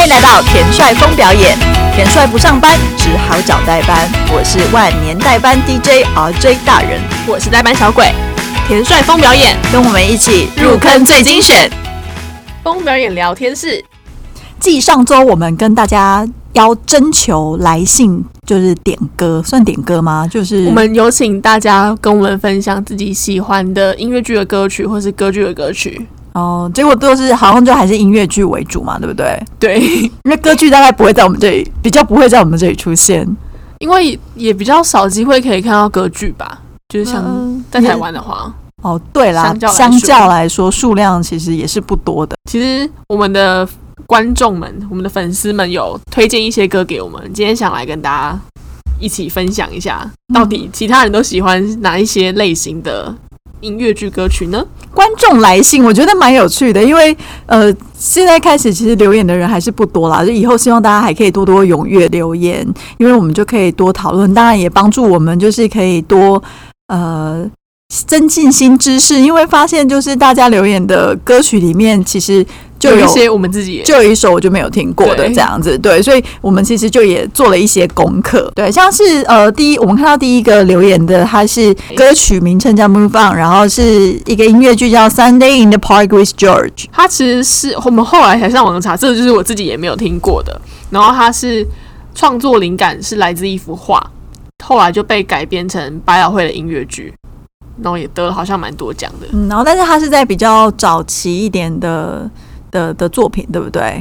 迎来到田帅风表演。田帅不上班，只好找代班。我是万年代班 DJ RJ 大人， 我是代班小鬼。田帅风表演， 跟我们一起入坑最精选。 风表演聊天室。 继上周我们跟大家要征求来信，就是点歌，算点歌吗？就是我们有请大家跟我们分享自己喜欢的音乐剧的歌曲，或是歌剧的歌曲。 哦，结果都是好像就还是音乐剧为主嘛，对不对？ 对， 因为歌剧大概不会在我们这里，比较不会在我们这里出现， 因为也比较少机会可以看到歌剧吧，就是像在台湾的话。 哦，对啦，相较来说数量其实也是不多的。 其实我们的观众们，我们的粉丝们有推荐一些歌给我们，今天想来跟大家一起分享一下，到底其他人都喜欢哪一些类型的音乐剧歌曲呢？ 观众来信我觉得蛮有趣的，因为现在开始其实留言的人还是不多啦，就以后希望大家还可以多多踊跃留言，因为我们就可以多讨论，当然也帮助我们就是可以多增进新知识，因为发现就是大家留言的歌曲里面其实就有一些我们自己就有一首我就没有听过的这样子，对，所以我们其实就也做了一些功课，对，像是我们看到第一个留言的，它是歌曲名称叫 Move On， 然后是一个音乐剧叫 Sunday in the Park with George， 它其实是我们后来才上网查，这个就是我自己也没有听过的，然后它是创作灵感是来自一幅画，后来就被改编成百老汇的音乐剧，然后也得了好像蛮多奖的， 然后但是它是在比较早期一点的作品，对不对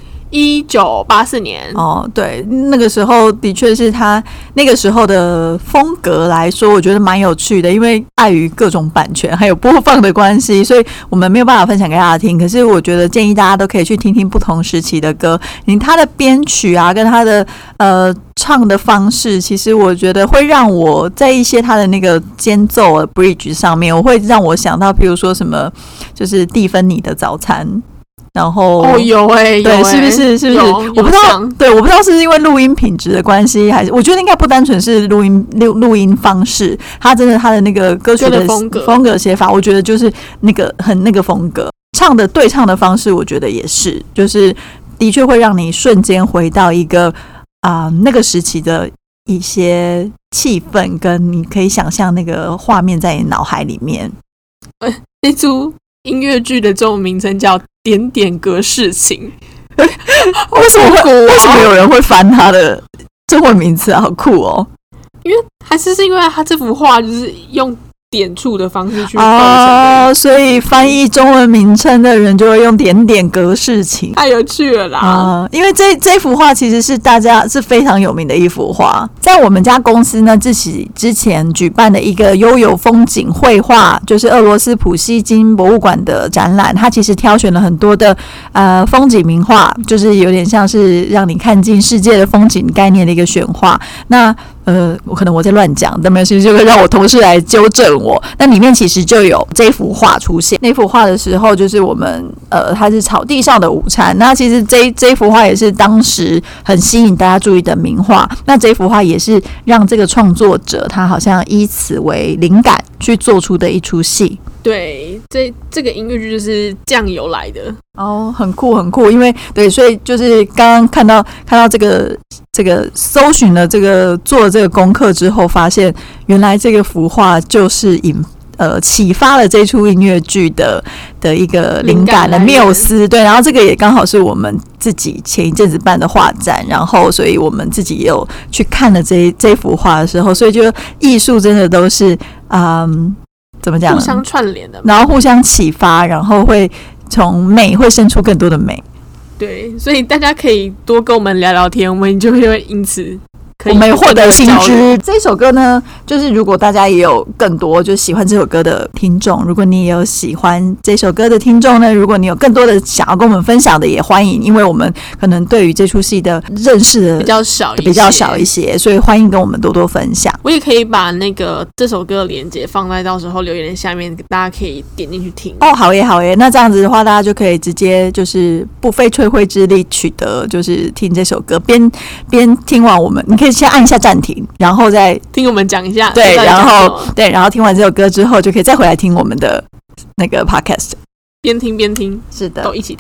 ？1984年哦，对，那个时候的确是他那个时候的风格来说，我觉得蛮有趣的，因为碍于各种版权还有播放的关系，所以我们没有办法分享给大家听。可是我觉得建议大家都可以去听听不同时期的歌，他的编曲啊，跟他的唱的方式，其实我觉得会让我在一些他的那个间奏的 bridge 上面，我会让我想到，比如说什么，就是蒂芬妮的早餐。然后有对，是不是？我不知道，对，我不知道是不是因为录音品质的关系，还是我觉得应该不单纯是录音方式，他真的他的那个歌曲的风格写法，我觉得就是那个很那个风格，对唱的方式，我觉得也是，就是的确会让你瞬间回到一个那个时期的一些气氛，跟你可以想象那个画面在你脑海里面。 这出音乐剧的中文名称叫点点格事情， 为什么有人会翻他的中文名字啊？好酷哦！ 因为还是因为他这幅画就是用点触的方式去构成的， 所以翻译中文名称的人就会用点点格事情， 太有趣了啦！ 因为这幅画其实是大家是非常有名的一幅画，在我们家公司呢自己之前举办的一个悠游风景绘画，就是俄罗斯普希金博物馆的展览，它其实挑选了很多的风景名画，就是有点像是让你看尽世界的风景概念的一个选画。那可能我在乱讲，但没有，其实就会让我同事来纠正我。那里面其实就有这幅画出现。那幅画的时候，就是我们它是草地上的午餐。那其实这幅画也是当时很吸引大家注意的名画。那这幅画也是让这个创作者他好像以此为灵感去做出的一出戏。 对，这个音乐剧就是这样由来的哦，很酷很酷，因为对，所以就是刚刚看到这个搜寻了这个做了这个功课之后，发现原来这个幅画就是启发了这出音乐剧的一个灵感的缪斯，对，然后这个也刚好是我们自己前一阵子办的画展，然后所以我们自己也有去看了这幅画的时候，所以就艺术真的都是怎么讲？ 互相串联的， 然后互相启发，然后会从美会生出更多的美。 对，所以大家可以多跟我们聊聊天，我们就会因此我们获得新知。这首歌呢，就是如果大家也有更多就喜欢这首歌的听众，如果你也有喜欢这首歌的听众呢，如果你有更多的想要跟我们分享的，也欢迎，因为我们可能对于这出戏的认识的比较少一些， 所以欢迎跟我们多多分享。 我也可以把那个这首歌的连结放在到时候留言的下面，大家可以点进去听。 哦，好耶，那这样子的话，大家就可以直接就是不费吹灰之力取得，就是听这首歌，边听完我们，你可以先按一下暂停，然后再听我们讲一下， 对，然后听完这首歌之后，就可以再回来听我们的那个 podcast， 边听边听， 是的， 都一起听。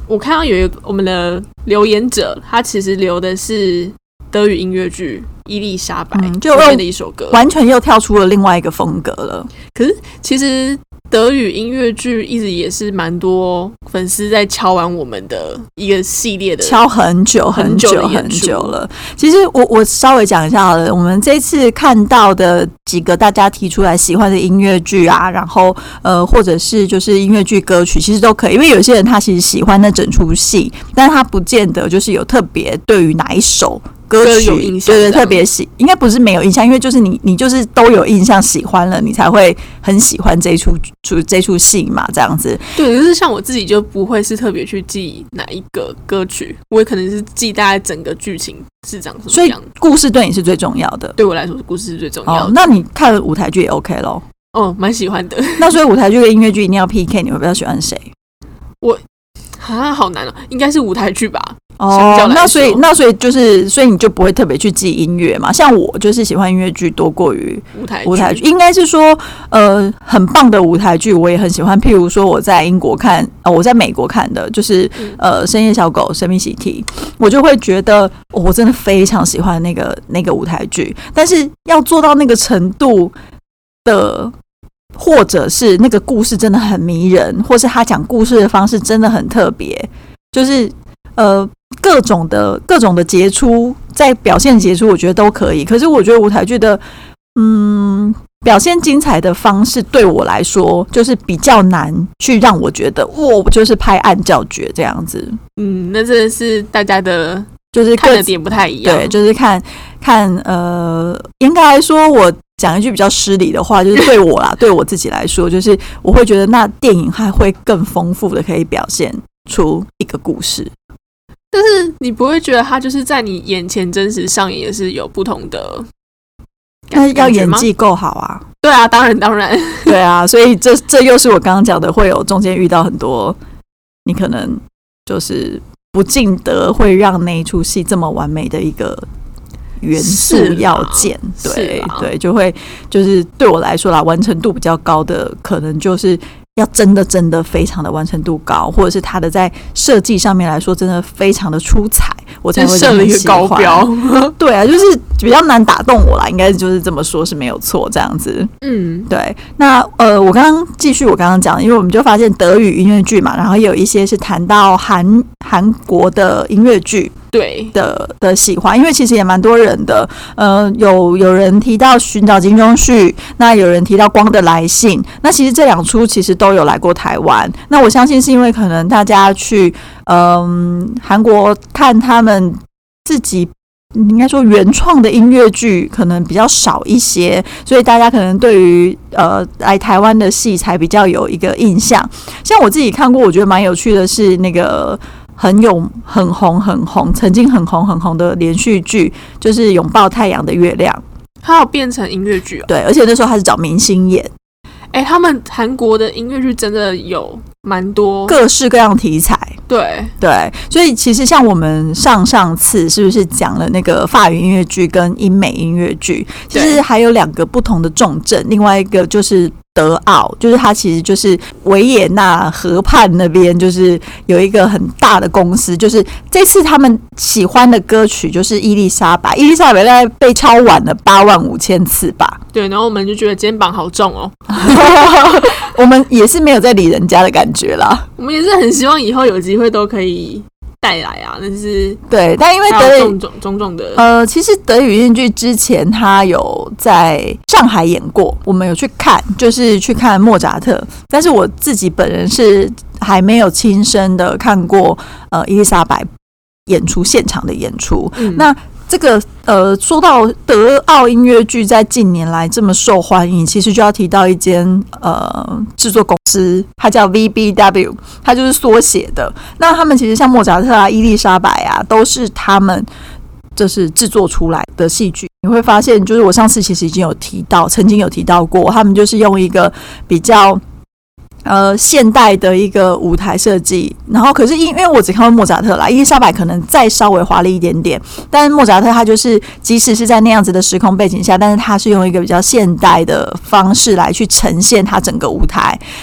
我看到有一个我们的留言者，他其实留的是德语音乐剧《伊丽莎白》 就里面的一首歌， 完全又跳出了另外一个风格了。 可是其实德语音乐剧一直也是蛮多粉丝在敲完我们的一个系列的， 敲很久很久很久了。其实我稍微讲一下好了，我们这次看到的几个大家提出来喜欢的音乐剧啊，然后或者是就是音乐剧歌曲，其实都可以，因为有些人他其实喜欢那整出戏，但是他不见得就是有特别对于哪一首歌曲有印象， 对，特别应该不是没有印象，因为就是你就是都有印象喜欢了，你才会很喜欢这出戏嘛，这样子。 对，就是像我自己就不会是特别去记哪一个歌曲，我也可能是记大概整个剧情是长什么样。 所以故事对你是最重要的， 对我来说故事是最重要的。 那你看舞台剧也 OK 咯。 蛮喜欢的。 那所以舞台剧跟音乐剧一定要 PK， 你会比较喜欢谁？ 好难哦，应该是舞台剧吧。 那所以就是，所以你就不会特别去记音乐嘛？像我就是喜欢音乐剧多过于舞台剧。应该是说，很棒的舞台剧我也很喜欢。譬如说我在英国看，我在美国看的，就是深夜小狗神秘喜剧，我就会觉得我真的非常喜欢那个舞台剧。但是要做到那个程度的，或者是那个故事真的很迷人，或是他讲故事的方式真的很特别，就是各种的杰出，在表现杰出，我觉得都可以。可是我觉得舞台剧的表现精彩的方式，对我来说就是比较难去让我觉得我就是拍案叫绝这样子。 那真的是大家的就是看的点不太一样。 对，就是看应该来说，我讲一句比较失礼的话，就是对我啦，对我自己来说，就是我会觉得那电影还会更丰富的可以表现出一个故事。 但是你不会觉得它就是在你眼前真实上演，也是有不同的， 但是要演技够好啊。 对啊，当然对啊，所以这又是我刚刚讲的，会有中间遇到很多你可能就是不尽得会让那一出戏这么完美的一个元素要件。对，就是对我来说啦，完成度比较高的可能就是要真的非常的完成度高，或者是它的在设计上面来说真的非常的出彩，我才会设了一个高标。 对啊，就是比较难打动我啦，应该就是这么说是没有错，这样子。对。那我刚刚继续我刚刚讲，因为我们就发现德语音乐剧嘛，然后也有一些是谈到韩国的音乐剧。 对的喜欢，因为其实也蛮多人的，有人提到《寻找金钟旭》，那有人提到《光的来信》，那其实这两出其实都有来过台湾。那我相信是因为可能大家去韩国看他们自己应该说原创的音乐剧可能比较少一些，所以大家可能对于来台湾的戏才比较有一个印象。像我自己看过，我觉得蛮有趣的是那个。很红，曾经很红的连续剧，就是《拥抱太阳的月亮》， 它有变成音乐剧哦。 对，而且那时候他是找明星演。 他们韩国的音乐剧真的有蛮多各式各样题材。 对， 所以其实像我们上次是不是讲了那个法语音乐剧跟英美音乐剧，其实还有两个不同的重镇，另外一个就是德奥，就是它其实就是维也纳河畔那边，就是有一个很大的公司，就是这次他们喜欢的歌曲就是伊丽莎白大概被敲完了85000次吧。 对，然后我们就觉得肩膀好重哦。 我们也是没有在理人家的感觉啦， 我们也是很希望以后有机会都可以带来啊，但是对，但因为德语种的其实德语音乐剧之前他有在上海演过，我们有去看，就是去看莫扎特，但是我自己本人是还没有亲身的看过伊丽莎白现场的演出。那这个说到德奥音乐剧在近年来这么受欢迎，其实就要提到一间制作公司，它叫 VBW， 它就是缩写的。那他们其实像莫扎特啊、伊丽莎白啊，都是他们就是制作出来的戏剧。你会发现，就是我上次其实曾经有提到过，他们就是用一个比较现代的一个舞台设计，然后可是因为我只看过莫扎特啦，伊丽莎白可能再稍微华丽一点点，但是莫扎特他就是即使是在那样子的时空背景下，但是他是用一个比较现代的方式来去呈现他整个舞台。那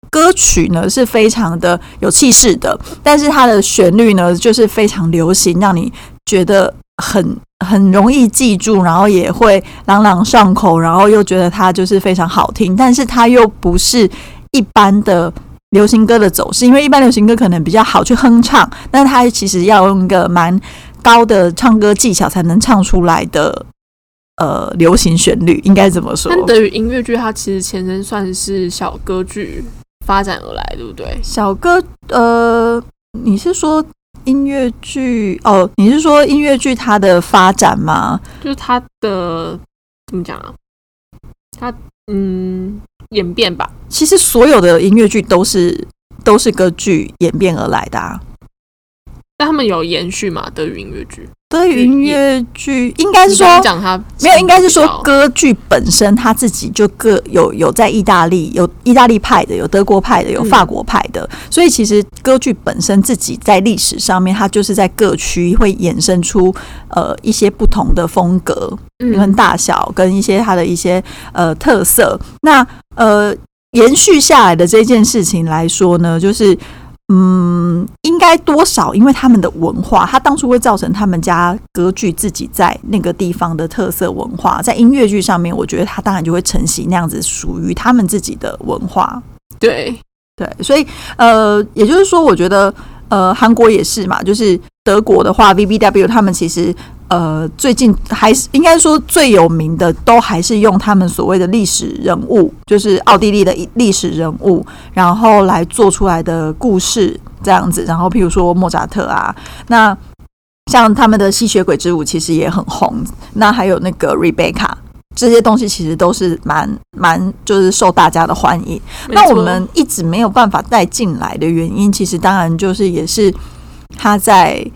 歌曲呢是非常的有气势的，但是它的旋律呢就是非常流行，让你觉得很容易记住，然后也会朗朗上口，然后又觉得它就是非常好听，但是它又不是一般的流行歌的走势，因为一般流行歌可能比较好去哼唱，但是它其实要用一个蛮高的唱歌技巧才能唱出来的流行旋律，应该怎么说？ 但德语音乐剧它其实前身算是小歌剧发展而来，对不对？ 小歌你是说音乐剧哦？你是说音乐剧它的发展吗？ 就是它的怎么讲啊？它演变吧。 其实所有的音乐剧都是歌剧演变而来的啊。 但他们有延续嘛？德语音乐剧， 德语音乐剧应该是说讲它没有，应该是说歌剧本身它自己就各有在意大利有意大利派的，有德国派的，有法国派的，所以其实歌剧本身自己在历史上面，它就是在各区会衍生出一些不同的风格跟大小，跟一些它的一些特色。那延续下来的这件事情来说呢，就是应该多少因为他们的文化，它当初会造成他们家歌剧自己在那个地方的特色文化，在音乐剧上面，我觉得它当然就会承袭那样子属于他们自己的文化。 对， 所以也就是说，我觉得韩国也是嘛，就是德国的话 VBW 他们其实最近还是应该说最有名的都还是用他们所谓的历史人物，就是奥地利的历史人物，然后来做出来的故事这样子。然后譬如说莫扎特啊，那像他们的吸血鬼之舞其实也很红，那还有那个 Rebecca， 这些东西其实都是蛮就是受大家的欢迎。那我们一直没有办法带进来的原因，其实当然就是也是他在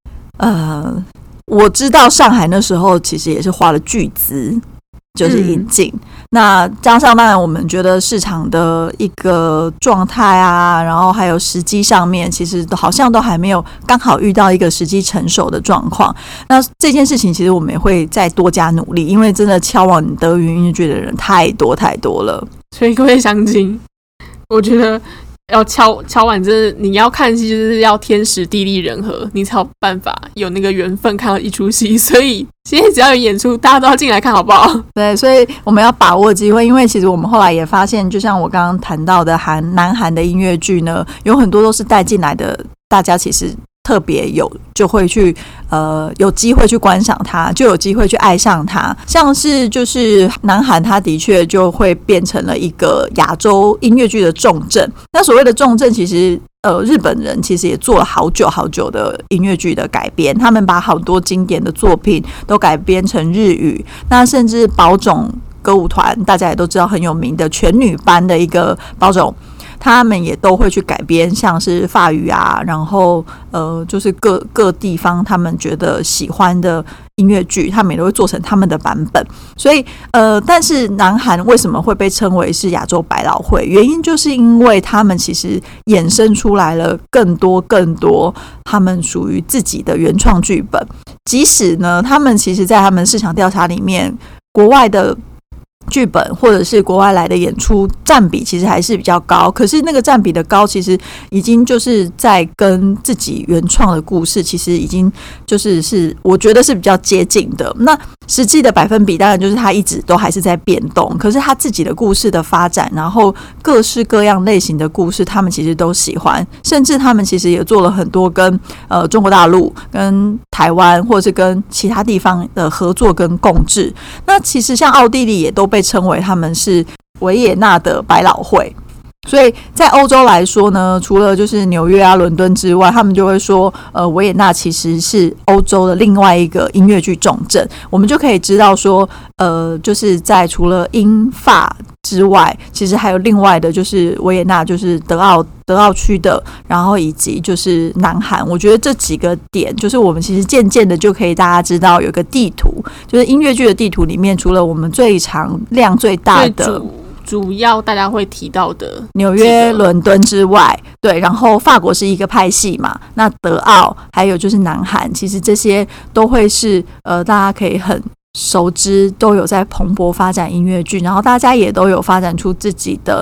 我知道上海那时候其实也是花了巨资就是引进，那加上当然我们觉得市场的一个状态啊，然后还有时机上面其实好像都还没有刚好遇到一个时机成熟的状况。那这件事情其实我们也会再多加努力，因为真的敲往德语音乐剧的人太多太多了。 所以各位乡亲，我觉得要敲碗，真的你要看戏就是要天时地利人和，你才有办法有那个缘分看到一出戏。所以现在只要有演出，大家都要进来看，好不好？ 对，所以我们要把握机会，因为其实我们后来也发现，就像我刚刚谈到的南韩的音乐剧呢，有很多都是带进来的，大家其实特别就会去有机会去观赏它，就有机会去爱上它。像是就是南韩，它的确就会变成了一个亚洲音乐剧的重镇。那所谓的重镇，其实日本人其实也做了好久好久的音乐剧的改编，他们把好多经典的作品都改编成日语。那甚至宝冢歌舞团，大家也都知道很有名的全女班的一个宝冢，他们也都会去改编，像是法语啊，然后就是各地方他们觉得喜欢的音乐剧，他们也都会做成他们的版本。所以但是南韩为什么会被称为是亚洲百老汇？原因就是因为他们其实衍生出来了更多他们属于自己的原创剧本，即使呢，他们其实在他们市场调查里面，国外的剧本或者是国外来的演出占比其实还是比较高，可是那个占比的高其实已经就是在跟自己原创的故事其实已经就是我觉得是比较接近的。那实际的百分比当然就是它一直都还是在变动，可是他自己的故事的发展，然后各式各样类型的故事他们其实都喜欢，甚至他们其实也做了很多跟中国大陆跟台湾或者是跟其他地方的合作跟共治。那其实像奥地利也都被称为他们是维也纳的百老汇，所以在欧洲来说呢，除了就是纽约啊、伦敦之外，他们就会说维也纳其实是欧洲的另外一个音乐剧重镇。我们就可以知道说就是在除了英法之外，其实还有另外的就是维也纳，就是德奥区的，然后以及就是南韩。我觉得这几个点就是我们其实渐渐的就可以大家知道有个地图，就是音乐剧的地图里面，除了我们最常量最大的主要大家会提到的纽约、伦敦之外，对，然后法国是一个派系嘛，那德奥还有就是南韩，其实这些都会是大家可以很熟知，都有在蓬勃发展音乐剧，然后大家也都有发展出自己的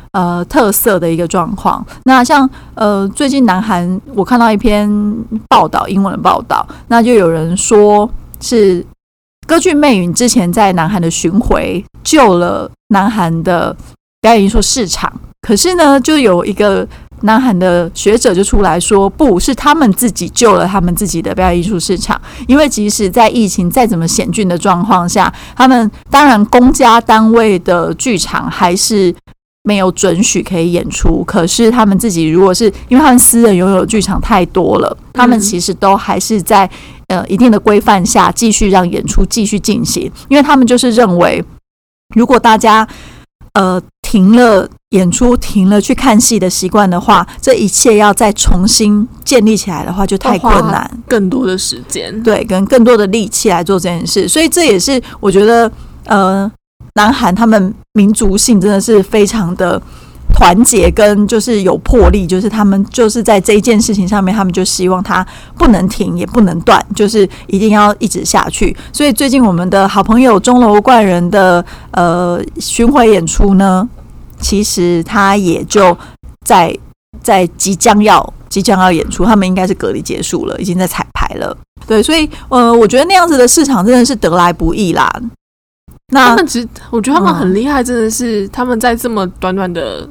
特色的一个状况。那像最近南韩我看到一篇报道，英文的报道，那就有人说是歌剧魅云之前在南韩的巡回救了南韩的表演艺术市场，可是呢就有一个南韩的学者就出来说，不是他们自己救了他们自己的表演艺术市场，因为即使在疫情再怎么险峻的状况下，他们当然公家单位的剧场还是没有准许可以演出，可是他们自己如果是因为他们私人拥有的剧场太多了，他们其实都还是在一定的规范下继续让演出继续进行，因为他们就是认为如果大家停了演出，停了去看戏的习惯的话，这一切要再重新建立起来的话就太困难， 更多的时间， 对，跟更多的力气来做这件事。所以这也是我觉得南韩他们民族性真的是非常的团结，跟就是有魄力，就是他们就是在这一件事情上面，他们就希望它不能停也不能断，就是一定要一直下去。所以最近我们的好朋友钟楼怪人的巡回演出呢，其实他也就在即将要演出，他们应该是隔离结束了，已经在彩排了。对，所以我觉得那样子的市场真的是得来不易啦。那我觉得他们很厉害，真的是他们在这么短短的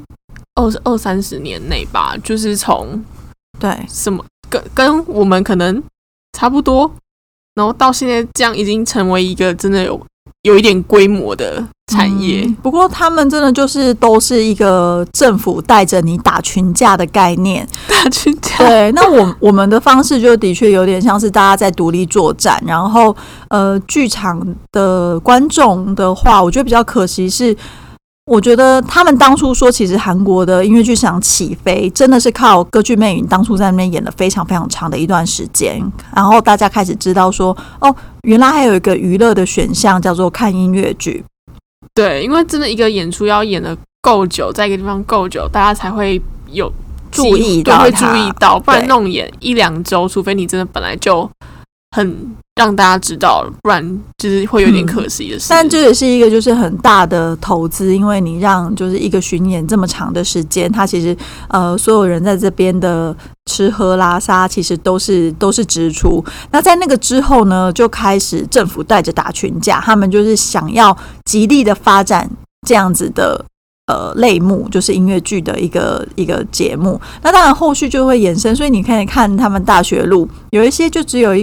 20-30年内吧，就是从对什么跟我们可能差不多，然后到现在这样已经成为一个真的有一点规模的产业。 不过他们真的就是都是一个政府带着你打群架的概念， 打群架。 对，那我们的方式就的确有点像是大家在独立作战，然后剧场的观众的话，我觉得比较可惜是，我觉得他们当初说，其实韩国的音乐剧市场起飞，真的是靠歌剧魅云当初在那边演了非常非常长的一段时间，然后大家开始知道说，哦，原来还有一个娱乐的选项叫做看音乐剧。 对，因为真的一个演出要演得够久，在一个地方够久，大家才会有注意到， 会注意到，不然弄演1-2周，除非你真的本来就很让大家知道了，不然就是会有点可惜的事。 但这也是一个就是很大的投资，因为你让就是一个巡演这么长的时间，它其实所有人在这边的吃喝拉撒其实都是支出。那在那个之后呢，就开始政府带着打群架，他们就是想要极力的发展这样子的类目，就是音乐剧的一个节目。那当然后续就会衍生，所以你可以看他们大学路有一些就只有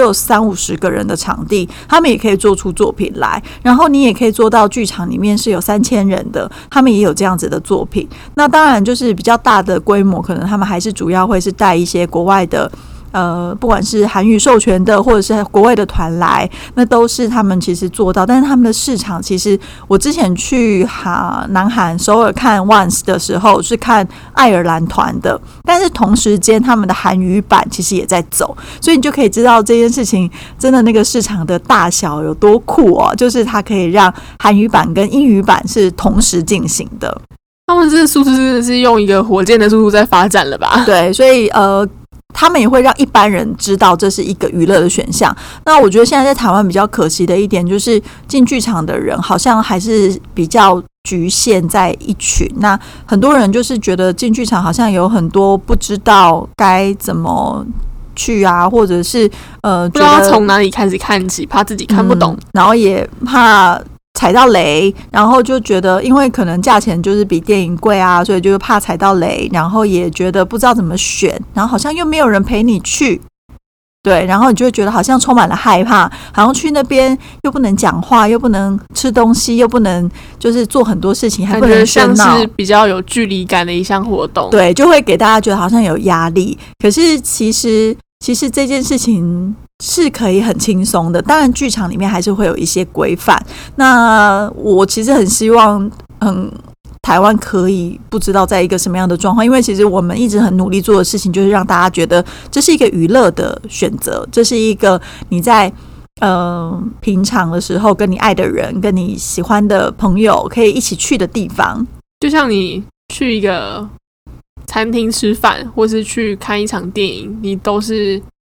30-50个人的场地，他们也可以做出作品来，然后你也可以做到剧场里面是有3000人的，他们也有这样子的作品。那当然就是比较大的规模，可能他们还是主要会是带一些国外的不管是韩语授权的或者是国外的团来，那都是他们其实做到。但是他们的市场，其实我之前去南韩首尔看 Once 的时候是看爱尔兰团的，但是同时间他们的韩语版其实也在走，所以你就可以知道这件事情真的那个市场的大小有多酷哦，就是它可以让韩语版跟英语版是同时进行的。 他们这个速度真的是用一个火箭的速度在发展了吧？ 对，所以他们也会让一般人知道这是一个娱乐的选项。那我觉得现在在台湾比较可惜的一点，就是进剧场的人好像还是比较局限在一群。那很多人就是觉得进剧场好像有很多不知道该怎么去啊，或者是不知道从哪里开始看起，怕自己看不懂， 然后也怕踩到雷，然后就觉得因为可能价钱就是比电影贵啊，所以就怕踩到雷，然后也觉得不知道怎么选，然后好像又没有人陪你去，对，然后你就会觉得好像充满了害怕，好像去那边又不能讲话，又不能吃东西，又不能就是做很多事情，还不能喧闹， 像是比较有距离感的一项活动， 对，就会给大家觉得好像有压力。可是其实这件事情是可以很轻松的，当然剧场里面还是会有一些规范。那我其实很希望台湾可以不知道在一个什么样的状况，因为其实我们一直很努力做的事情就是让大家觉得这是一个娱乐的选择，这是一个你在平常的时候跟你爱的人跟你喜欢的朋友可以一起去的地方。 就像你去一个餐厅吃饭或是去看一场电影，你都是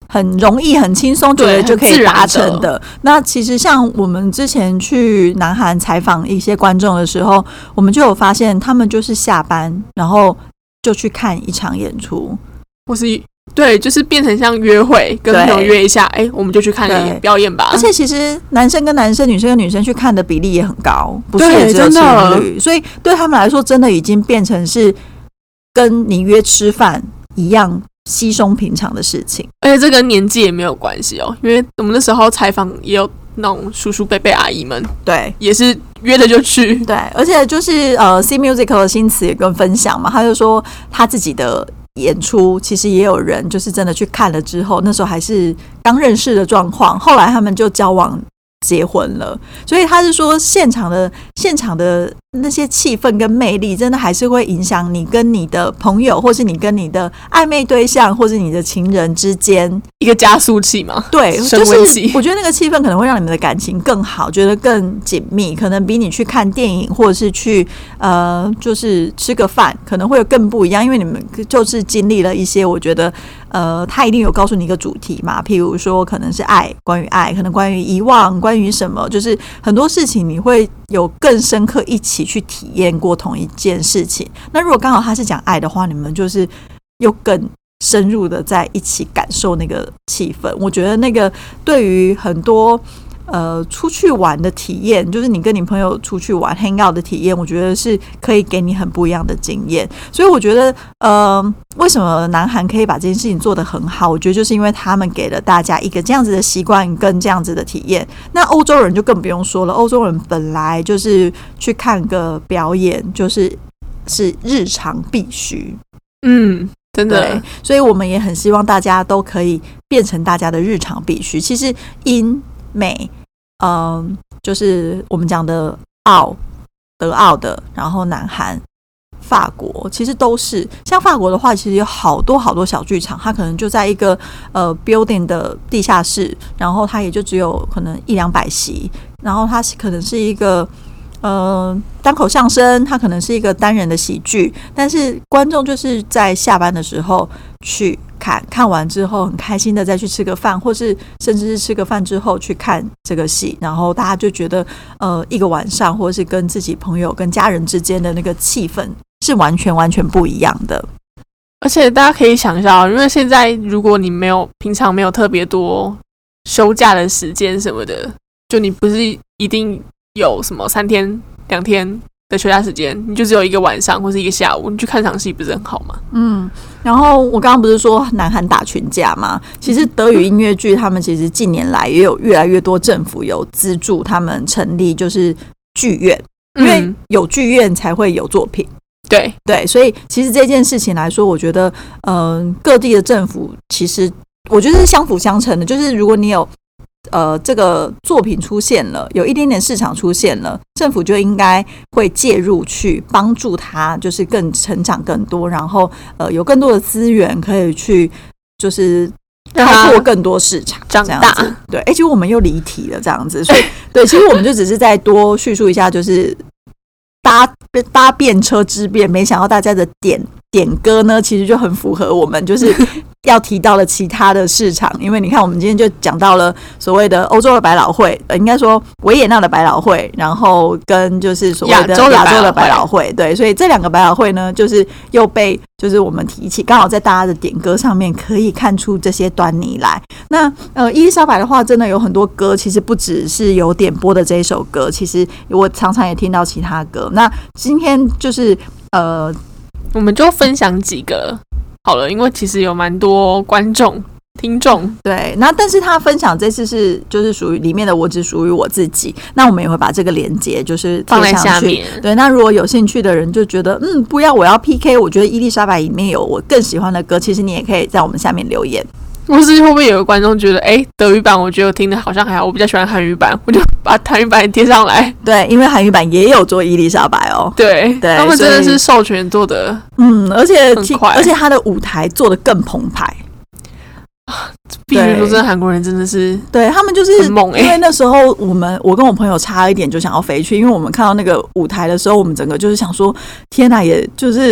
很容易很轻松觉得就可以达成的。那其实像我们之前去南韩采访一些观众的时候，我们就有发现他们就是下班然后就去看一场演出， 或是对，就是变成像约会，跟朋友约一下，我们就去看表演吧。 而且其实男生跟男生、女生跟女生去看的比例也很高，不是也只有情侣，所以对他们来说，真的已经变成是跟你约吃饭一样稀松平常的事情。 而且这跟年纪也没有关系哦，因为我们那时候采访也有那种叔叔伯伯阿姨们， 对， 也是约了就去。 对，而且就是C Musical 的新词也跟分享嘛，他就说他自己的演出其实也有人就是真的去看了之后，那时候还是刚认识的状况，后来他们就交往结婚了。所以他是说现场的那些气氛跟魅力真的还是会影响你跟你的朋友，或是你跟你的暧昧对象，或是你的情人之间一个加速器嘛。 对，就是我觉得那个气氛可能会让你们的感情更好，觉得更紧密，可能比你去看电影或者是去就是吃个饭可能会有更不一样，因为你们就是经历了一些，我觉得他一定有告诉你一个主题嘛，譬如说可能是爱，关于爱，可能关于遗忘，关于什么，就是很多事情你会有更深刻一起去体验过同一件事情。那如果刚好他是讲爱的话，你们就是又更深入的在一起感受那个气氛。我觉得那个对于很多出去玩的体验，就是你跟你朋友出去玩 hang out 的体验，我觉得是可以给你很不一样的经验。所以我觉得为什么南韩可以把这件事情做得很好，我觉得就是因为他们给了大家一个这样子的习惯跟这样子的体验。那欧洲人就更不用说了，欧洲人本来就是去看个表演是日常必须， 真的。 对，所以我们也很希望大家都可以变成大家的日常必须。其实英美就是我们讲的德奥的，然后南韩、法国，其实都是。像法国的话，其实有好多好多小剧场，它可能就在一个building 的地下室，然后它也就只有可能100-200席，然后它可能是一个单口相声，它可能是一个单人的喜剧，但是观众就是在下班的时候去看完之后很开心的再去吃个饭，或是甚至是吃个饭之后去看这个戏，然后大家就觉得一个晚上或是跟自己朋友跟家人之间的那个气氛是完全不一样的。 而且大家可以想一下，因为现在如果你平常没有特别多休假的时间什么的，就你不是一定有什么3天2天的休假时间，你就只有一个晚上或是一个下午，你去看场戏不是很好吗？ 然后我刚刚不是说南韩打群架吗？其实德语音乐剧他们其实近年来也有越来越多政府有资助他们成立就是剧院，因为有剧院才会有作品。对，所以其实这件事情来说，我觉得各地的政府其实我觉得是相辅相成的，就是如果你有这个作品出现了，有一点点市场出现了，政府就应该会介入去帮助他，就是更成长更多，然后有更多的资源可以去就是开拓更多市场， 长大。 对，其实我们又离题了这样子，所以对，其实我们就只是再多叙述一下，就是搭便车之便，没想到大家的点歌呢，其实就很符合我们就是要提到的其他的市场。因为你看我们今天就讲到了所谓的欧洲的百老汇，应该说维也纳的百老汇，然后跟就是所谓的亚洲的百老汇。对，所以这2个百老汇呢，就是又被就是我们提起，刚好在大家的点歌上面可以看出这些端倪来。那伊丽莎白的话真的有很多歌，其实不只是有点播的这一首歌，其实我常常也听到其他歌。那今天就是我们就分享几个好了，因为其实有蛮多观众听众。 对，那但是他分享这次是就是属于里面的我只属于我自己，那我们也会把这个连结就是贴上去， 放在下面。 对，那如果有兴趣的人就觉得不要我要 PK， 我觉得伊丽莎白里面有我更喜欢的歌，其实你也可以在我们下面留言。 或是会不会有个观众觉得德语版我觉得我听的好像还好，我比较喜欢韩语版，我就把韩语版也贴上来。 对，因为韩语版也有做伊丽莎白哦。 对，他们真的是授权做的而且很快， 而且他的舞台做的更澎湃。 必须说，真的韩国人真的是对他们就是很猛因为那时候我跟我朋友差一点就想要飞去，因为我们看到那个舞台的时候，我们整个就是想说，天哪，也就是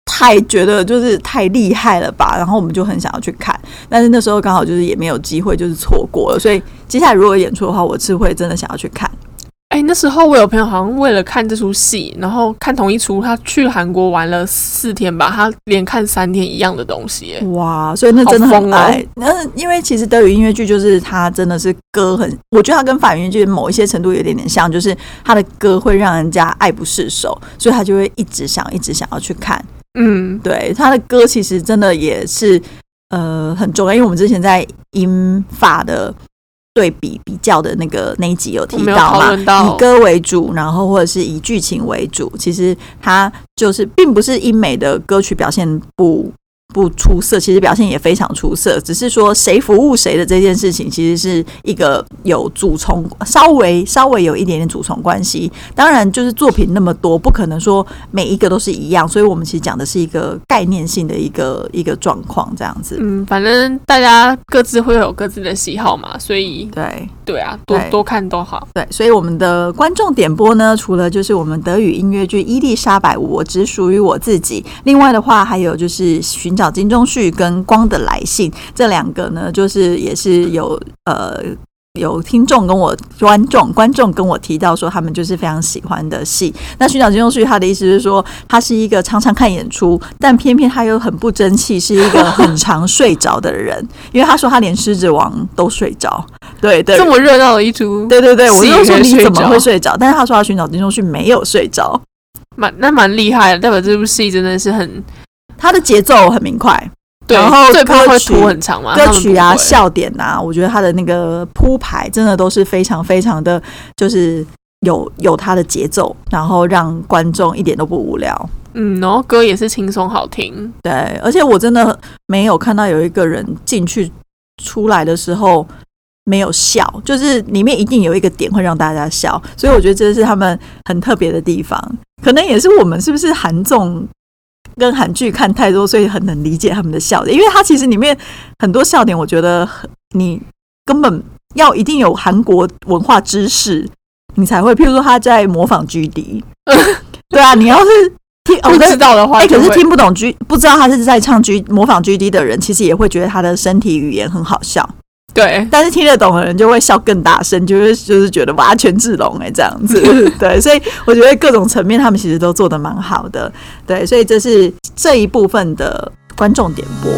太觉得就是太厉害了吧，然后我们就很想要去看，但是那时候刚好就是也没有机会，就是错过了，所以接下来如果演出的话，我是会真的想要去看。 那时候我有朋友好像为了看这出戏，然后看同一出，他去韩国玩了4天吧，他连看3天一样的东西耶。 哇，所以那真的很爱。 那因为其实德语音乐剧就是它真的是歌很，我觉得它跟法语音乐剧某一些程度有点像，就是它的歌会让人家爱不释手，所以他就会一直想要去看。对，他的歌其实真的也是很重要，因为我们之前在英法的对比较的那一集有提到嘛，以歌为主，然后或者是以剧情为主，其实它就是并不是英美的歌曲表现不出色，其实表现也非常出色，只是说谁服务谁的这件事情，其实是一个有主从稍微有一点点主从关系。当然，就是作品那么多，不可能说每一个都是一样，所以我们其实讲的是一个概念性的一个状况，这样子。 反正大家各自会有各自的喜好嘛，所以对啊，多看都好。 对，所以我们的观众点播呢，除了就是我们德语音乐剧《伊丽莎白我只属于我自己》，另外的话还有就是寻找金钟旭跟光的来信，这2个呢，就是也是有听众跟我观众跟我提到说，他们就是非常喜欢的戏。那寻找金钟旭他的意思是说，他是一个常常看演出，但偏偏他又很不争气，是一个很常睡着的人。因为他说他连狮子王都睡着，对， 这么热闹的一出， 对，我就说你怎么会睡着？但是他说他寻找金钟旭没有睡着， 蛮厉害的，代表这部戏真的是他的节奏很明快。 对， 然后最怕会拖很长嘛， 歌曲啊、笑点啊，我觉得他的那个铺排真的都是非常非常的，就是有他的节奏，然后让观众一点都不无聊。 然后歌也是轻松好听。 对，而且我真的没有看到有一个人进去出来的时候没有笑，就是里面一定有一个点会让大家笑，所以我觉得这是他们很特别的地方。可能也是我们是不是韩综跟韩剧看太多，所以很能理解他们的笑点，因为它其实里面很多笑点，我觉得你根本要一定有韩国文化知识，你才会。譬如说他在模仿 GD， 对啊，你要是不知道的话可是听不懂不知道他是在模仿 GD 的人，其实也会觉得他的身体语言很好笑。 对， 但是听得懂的人就会笑更大声，就是觉得哇，权志龙这样子，对，所以我觉得各种层面他们其实都做得蛮好的，对，所以这是这一部分的观众点播。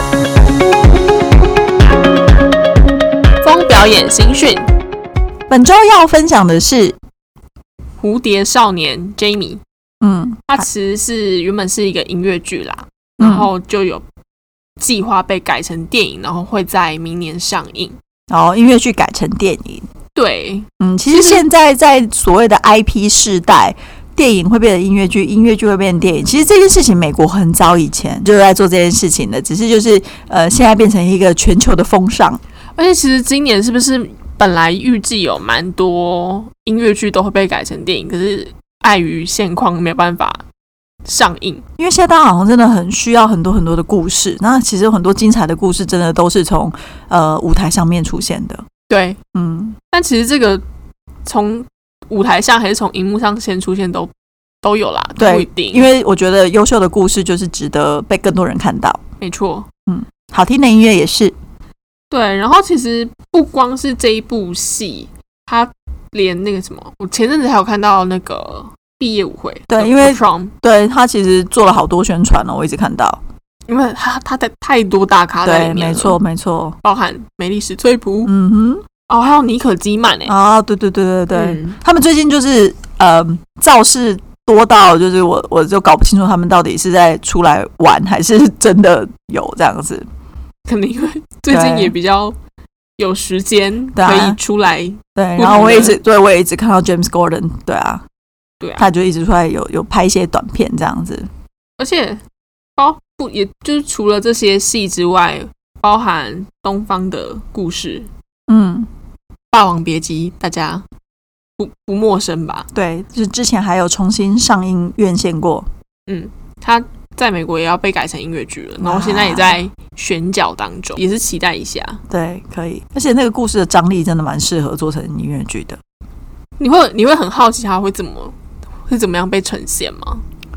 风表演新讯， 本周要分享的是蝴蝶少年 Jamie，他其实是原本是一个音乐剧啦，然后就有计划被改成电影，然后会在明年上映。 音乐剧改成电影， 对， 其实现在在所谓的 IP 世代，电影会变成音乐剧，音乐剧会变成电影。其实这件事情，美国很早以前就在做这件事情的，只是就是现在变成一个全球的风尚。 而且其实今年是不是本来预计有蛮多音乐剧都会被改成电影，可是碍于现况没有办法上映， 因为现在大家好像真的很需要很多很多的故事，那其实有很多精彩的故事真的都是从舞台上面出现的。 对，但其实这个从舞台上还是从荧幕上先出现都有啦， 对， 不一定。 因为我觉得优秀的故事就是值得被更多人看到。 没错， 好听的音乐也是。 对，然后其实不光是这一部戏，它连那个什么，我前阵子还有看到那个毕业舞会， 对，因为对他其实做了好多宣传了，我一直看到， 因为他的太多大咖在里面了， 没错， 包含梅丽史翠普，还有妮可基曼对，他们最近就是造势多到就是我就搞不清楚他们到底是在出来玩还是真的有这样子， 可能因为最近也比较有时间可以出来， 对，然后我也一直看到 James Gordon， 对啊，他就一直出来有拍一些短片这样子， 而且也就是除了这些戏之外，包含东方的故事，霸王别姬大家不陌生吧？ 对，就是之前还有重新上映院线过， 他在美国也要被改成音乐剧了，然后现在也在选角当中，也是期待一下。 对，可以，而且那个故事的张力真的蛮适合做成音乐剧的。你会很好奇他会怎么样被呈现吗？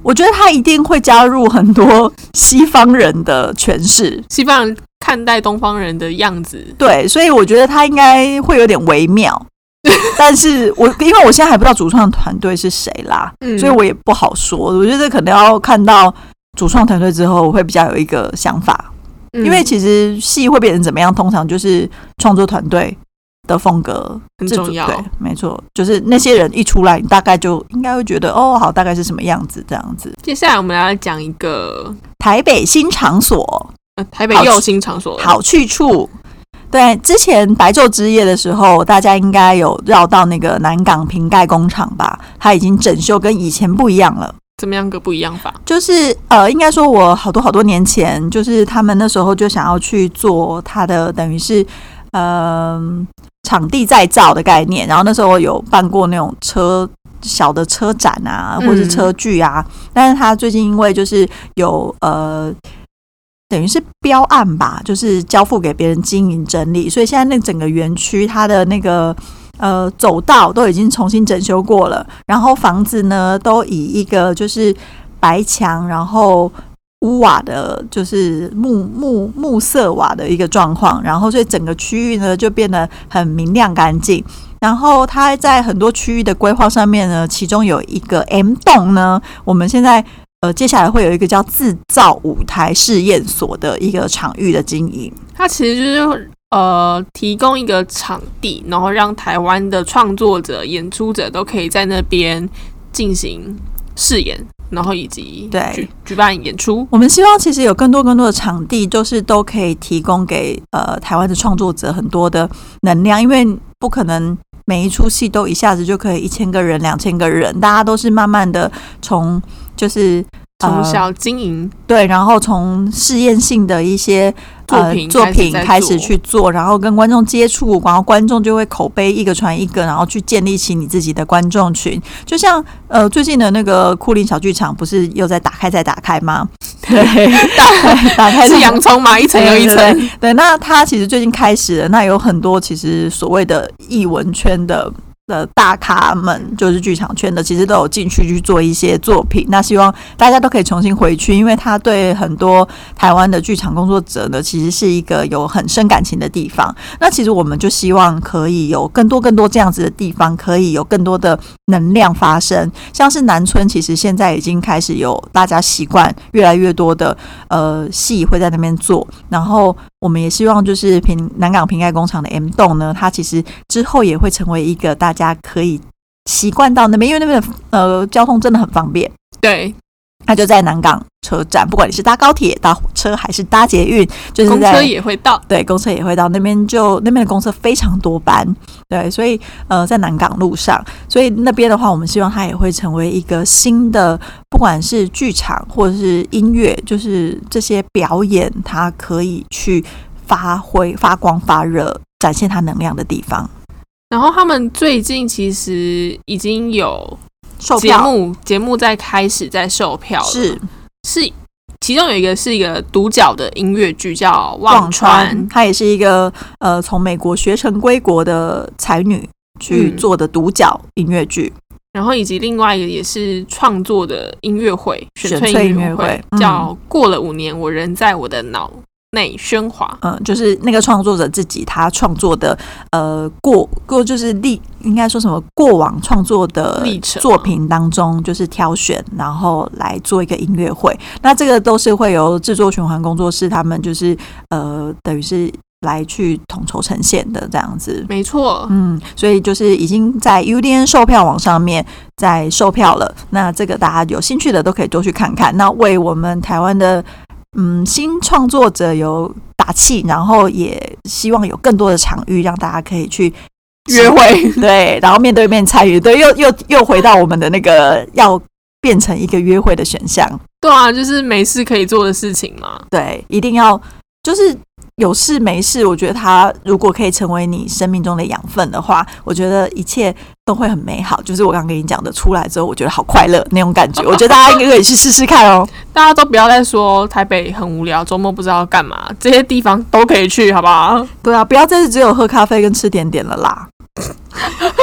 我觉得他一定会加入很多西方人的诠释， 西方人看待东方人的样子。 对，所以我觉得他应该会有点微妙。但是因为我现在还不知道主创团队是谁啦，所以我也不好说。我觉得可能要看到主创团队之后，我会比较有一个想法。因为其实戏会变成怎么样，通常就是创作团队的风格很重要。 对，没错，就是那些人一出来，你大概就应该会觉得哦，好，大概是什么样子这样子。 接下来我们要讲一个台北新场所， 台北又有新场所了， 好去处。对，之前白昼之夜的时候，大家应该有绕到那个南港瓶盖工厂吧？它已经整修，跟以前不一样了。 怎么样个不一样法？ 就是应该说，我好多年前，就是他们那时候就想要去做它的，等于是场地再造的概念。然后那时候有办过那种小的车展啊，或是车剧啊。但是他最近因为就是有等于是标案吧，就是交付给别人经营整理，所以现在那整个园区它的那个走道都已经重新整修过了，然后房子呢都以一个就是白墙，然后屋瓦的就是木色瓦的一个状况，然后所以整个区域呢就变得很明亮干净。然后它在很多区域的规划上面呢，其中有一个 M 栋呢，我们现在接下来会有一个叫自造舞台试验所的一个场域的经营。 它其实就是提供一个场地，然后让台湾的创作者、演出者都可以在那边进行试演，然后以及举办演出。 我们希望其实有更多的场地，就是都可以提供给台湾的创作者很多的能量，因为不可能每一出戏都一下子就可以1000个人、2000个人，大家都是慢慢的从小经营， 对，然后从试验性的一些作品开始去做，然后跟观众接触，然后观众就会口碑一个传一个，然后去建立起你自己的观众群。就像最近的那个库林小剧场，不是又在打开吗？对，打开是洋葱嘛，一层又一层。 对，那它其实最近开始了，那有很多其实所谓的艺文圈的大咖们，就是剧场圈的，其实都有进去做一些作品。那希望大家都可以重新回去，因为他对很多台湾的剧场工作者呢，其实是一个有很深感情的地方。那其实我们就希望可以有更多这样子的地方，可以有更多的能量发生。像是南村，其实现在已经开始有大家习惯越来越多的戏会在那边做，然后我们也希望就是南港瓶盖工厂的 M 栋呢，它其实之后也会成为一个大家可以习惯到那边，因为那边的交通真的很方便。 对， 它就在南港车站，不管你是搭高铁、搭火车还是搭捷运，就是公车也会到。 对，公车也会到那边的公车非常多班。对，所以在南港路上，所以那边的话，我们希望它也会成为一个新的，不管是剧场或者是音乐，就是这些表演，它可以去发挥、发光发热、展现它能量的地方。 然后他们最近其实已经有售票节目在开始在售票了，是其中有一个是一个独角的音乐剧叫《忘川》， 它也是一个从美国学成归国的才女去做的独角音乐剧。 然后以及另外一个也是创作的音乐会，选粹音乐会，叫《过了5年，我仍在我的脑内喧哗》。 就是那个创作者自己他创作的就是应该说什么过往创作的作品当中，就是挑选然后来做一个音乐会。那这个都是会由制作循环工作室他们就是等于是来去统筹呈现的这样子。 没错， 所以就是已经在 UDN 售票网上面在售票了。那这个大家有兴趣的都可以多去看看。那为我们台湾的新创作者有打气，然后也希望有更多的场域让大家可以去约会， 对，然后面对面参与，对，又回到我们的那个要变成一个约会的选项。 对啊，就是没事可以做的事情嘛。 对，一定要就是有事没事，我觉得它如果可以成为你生命中的养分的话，我觉得一切都会很美好。就是我刚刚跟你讲的，出来之后我觉得好快乐那种感觉，我觉得大家应该可以去试试看哦。 大家都不要再说台北很无聊，周末不知道干嘛，这些地方都可以去，好不好？ 对啊，不要再只有喝咖啡跟吃点点了啦。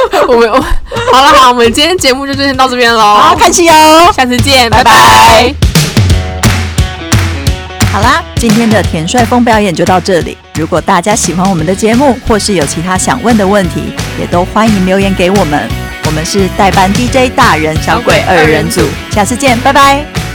好，我们今天节目就先到这边喽。 好，看戏哦， 下次见，拜拜拜。 好啦，今天的田帅峰表演就到这里。如果大家喜欢我们的节目，或是有其他想问的问题，也都欢迎留言给我们。我们是代班 DJ 大人小鬼二人组，下次见，拜拜。